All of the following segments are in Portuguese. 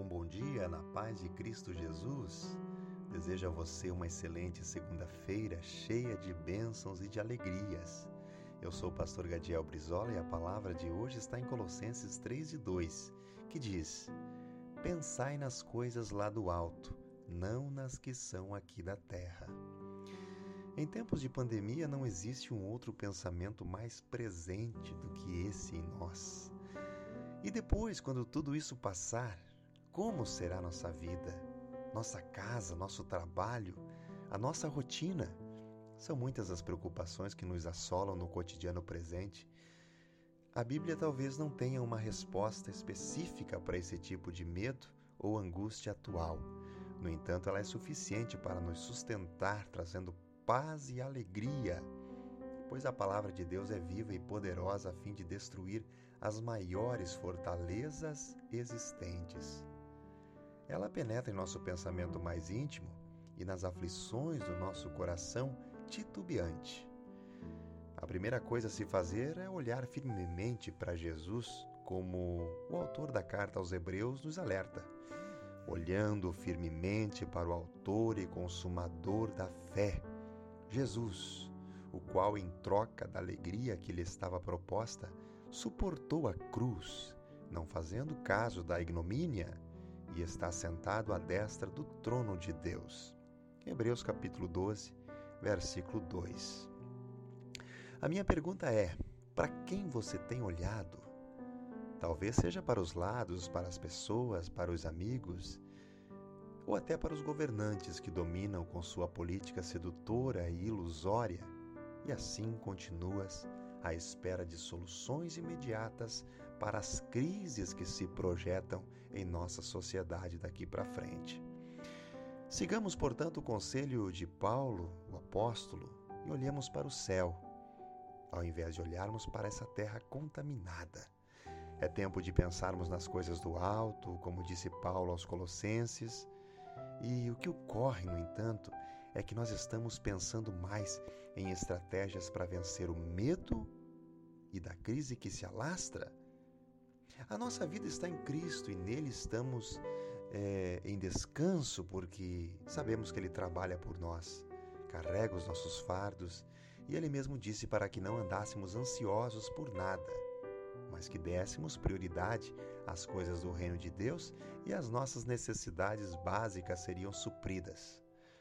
bom dia, na paz de Cristo Jesus. Desejo a você uma excelente segunda-feira, cheia de bênçãos e de alegrias. Eu sou o pastor Gadiel Brizola e a palavra de hoje está em Colossenses 3:2, que diz: Pensai nas coisas lá do alto, não nas que são aqui da terra. Em tempos de pandemia não existe um outro pensamento mais presente do que esse em nós. E depois, quando tudo isso passar, como será nossa vida, nossa casa, nosso trabalho, a nossa rotina? São muitas as preocupações que nos assolam no cotidiano presente. A Bíblia talvez não tenha uma resposta específica para esse tipo de medo ou angústia atual. No entanto, ela é suficiente para nos sustentar, trazendo paz e alegria, pois a palavra de Deus é viva e poderosa a fim de destruir as maiores fortalezas existentes. Ela penetra em nosso pensamento mais íntimo e nas aflições do nosso coração titubeante. A primeira coisa a se fazer é olhar firmemente para Jesus, como o autor da carta aos Hebreus nos alerta. Olhando firmemente para o autor e consumador da fé, Jesus, o qual, em troca da alegria que lhe estava proposta, suportou a cruz, não fazendo caso da ignomínia, e está sentado à destra do trono de Deus. Hebreus capítulo 12, versículo 2. A minha pergunta é: para quem você tem olhado? Talvez seja para os lados, para as pessoas, para os amigos, ou até para os governantes que dominam com sua política sedutora e ilusória, e assim continuas à espera de soluções imediatas para as crises que se projetam em nossa sociedade daqui para frente. Sigamos, portanto, o conselho de Paulo, o apóstolo, e olhemos para o céu, ao invés de olharmos para essa terra contaminada. É tempo de pensarmos nas coisas do alto, como disse Paulo aos Colossenses. E o que ocorre, no entanto, é que nós estamos pensando mais em estratégias para vencer o medo e da crise que se alastra. A nossa vida está em Cristo e nele estamos em descanso, porque sabemos que Ele trabalha por nós, carrega os nossos fardos, e Ele mesmo disse para que não andássemos ansiosos por nada, mas que dessemos prioridade às coisas do reino de Deus e as nossas necessidades básicas seriam supridas.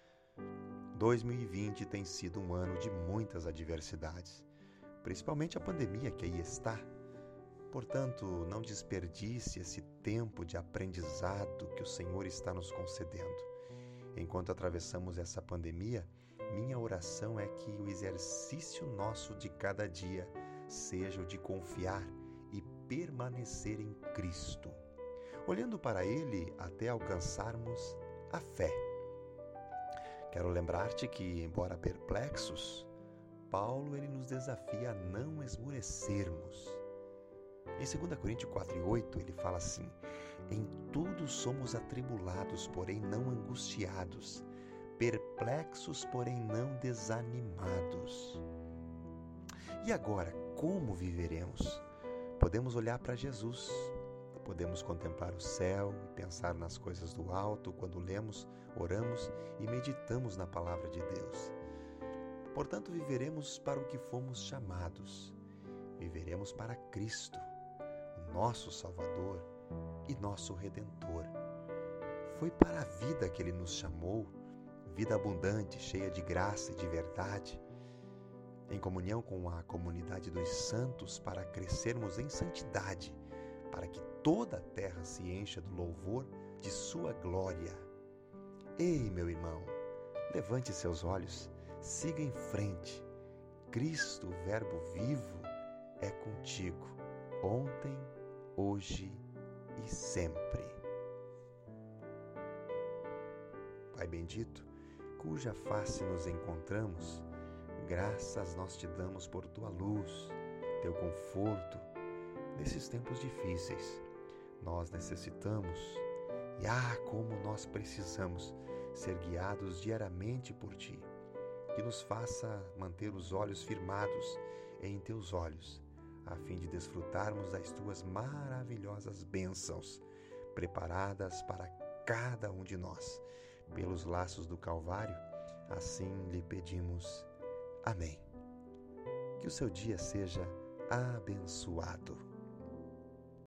2020 tem sido um ano de muitas adversidades, principalmente a pandemia que aí está. Portanto, não desperdice esse tempo de aprendizado que o Senhor está nos concedendo. Enquanto atravessamos essa pandemia, minha oração é que o exercício nosso de cada dia seja o de confiar e permanecer em Cristo, olhando para Ele até alcançarmos a fé. Quero lembrar-te que, embora perplexos, Paulo ele nos desafia a não esmorecermos. Em 2 Coríntios 4:8 ele fala assim: Em tudo somos atribulados, porém não angustiados, perplexos, porém não desanimados. E agora, como viveremos? Podemos olhar para Jesus, podemos contemplar o céu e pensar nas coisas do alto quando lemos, oramos e meditamos na palavra de Deus. Portanto, viveremos para o que fomos chamados. Viveremos para Cristo, o nosso Salvador e nosso Redentor. Foi para a vida que Ele nos chamou, vida abundante, cheia de graça e de verdade, em comunhão com a comunidade dos santos, para crescermos em santidade, para que toda a terra se encha do louvor de sua glória. Ei, meu irmão, levante seus olhos, siga em frente. Cristo, o Verbo vivo, é contigo, ontem, hoje e sempre. Pai bendito, cuja face nos encontramos, graças nós te damos por tua luz, teu conforto, nesses tempos difíceis. Nós necessitamos, e como nós precisamos, ser guiados diariamente por ti, que nos faça manter os olhos firmados em teus olhos, a fim de desfrutarmos das tuas maravilhosas bênçãos, preparadas para cada um de nós. Pelos laços do Calvário, assim lhe pedimos. Amém. Que o seu dia seja abençoado.